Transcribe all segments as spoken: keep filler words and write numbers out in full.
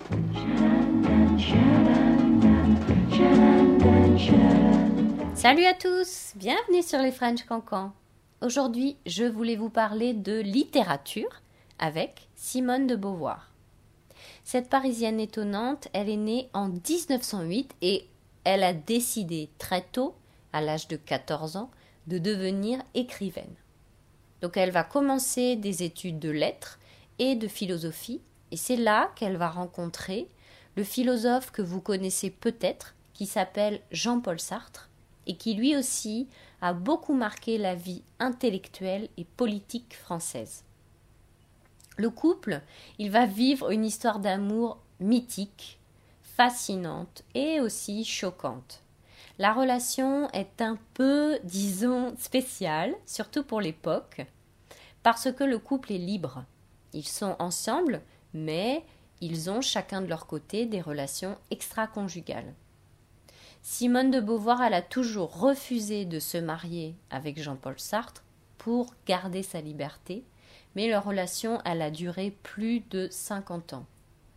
Salut à tous, bienvenue sur les French Cancans. Aujourd'hui, je voulais vous parler de littérature avec Simone de Beauvoir. Cette Parisienne étonnante, elle est née en dix-neuf cent huit et elle a décidé très tôt, à l'âge de quatorze ans, de devenir écrivaine. Donc elle va commencer des études de lettres et de philosophie et c'est là qu'elle va rencontrer le philosophe que vous connaissez peut-être qui s'appelle Jean-Paul Sartre et qui lui aussi a beaucoup marqué la vie intellectuelle et politique française. Le couple, il va vivre une histoire d'amour mythique, fascinante et aussi choquante. La relation est un peu, disons, spéciale, surtout pour l'époque, parce que le couple est libre. Ils sont ensemble, mais ils ont chacun de leur côté des relations extra-conjugales. Simone de Beauvoir, elle a toujours refusé de se marier avec Jean-Paul Sartre pour garder sa liberté, mais leur relation, elle a duré plus de cinquante ans.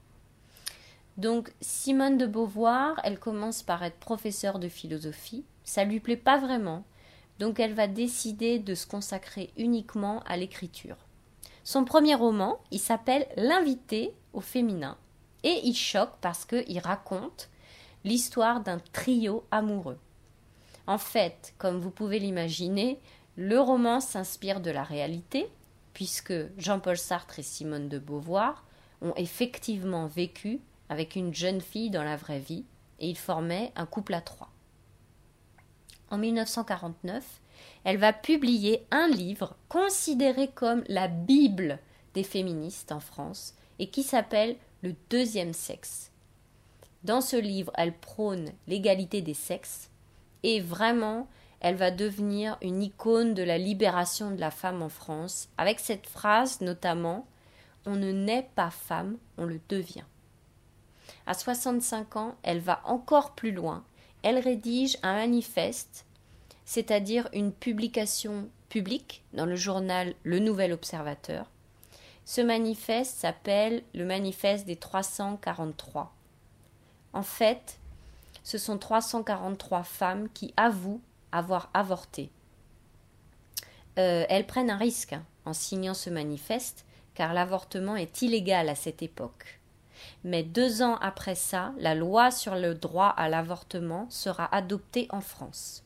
Donc, Simone de Beauvoir, elle commence par être professeure de philosophie. Ça lui plaît pas vraiment, donc elle va décider de se consacrer uniquement à l'écriture. Son premier roman, il s'appelle L'invité au féminin, et il choque parce qu'il raconte l'histoire d'un trio amoureux. En fait, comme vous pouvez l'imaginer, le roman s'inspire de la réalité, puisque Jean-Paul Sartre et Simone de Beauvoir ont effectivement vécu avec une jeune fille dans la vraie vie, et ils formaient un couple à trois. En dix-neuf cent quarante-neuf, elle va publier un livre considéré comme la Bible des féministes en France, et qui s'appelle Le deuxième sexe. Dans ce livre, elle prône l'égalité des sexes et vraiment, elle va devenir une icône de la libération de la femme en France, avec cette phrase notamment « On ne naît pas femme, on le devient ». À soixante-cinq ans, elle va encore plus loin. Elle rédige un manifeste, c'est-à-dire une publication publique dans le journal Le Nouvel Observateur. Ce manifeste s'appelle le manifeste des trois cent quarante-trois. En fait, ce sont trois cent quarante-trois femmes qui avouent avoir avorté. Euh, elles prennent un risque hein, en signant ce manifeste, car l'avortement est illégal à cette époque. Mais deux ans après ça, la loi sur le droit à l'avortement sera adoptée en France.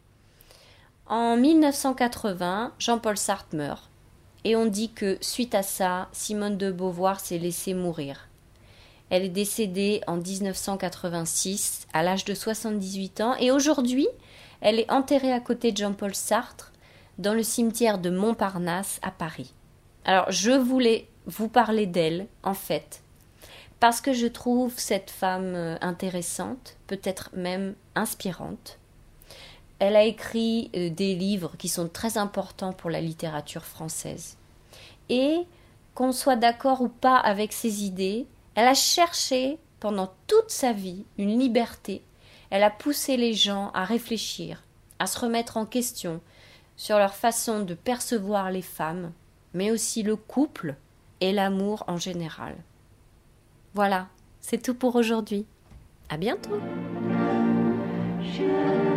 En dix-neuf cent quatre-vingts, Jean-Paul Sartre meurt, et on dit que suite à ça, Simone de Beauvoir s'est laissée mourir. Elle est décédée en dix-neuf cent quatre-vingt-six à l'âge de soixante-dix-huit ans et aujourd'hui, elle est enterrée à côté de Jean-Paul Sartre dans le cimetière de Montparnasse à Paris. Alors, je voulais vous parler d'elle, en fait, parce que je trouve cette femme intéressante, peut-être même inspirante. Elle a écrit des livres qui sont très importants pour la littérature française. Et qu'on soit d'accord ou pas avec ses idées, elle a cherché pendant toute sa vie une liberté. Elle a poussé les gens à réfléchir, à se remettre en question sur leur façon de percevoir les femmes, mais aussi le couple et l'amour en général. Voilà, c'est tout pour aujourd'hui. À bientôt.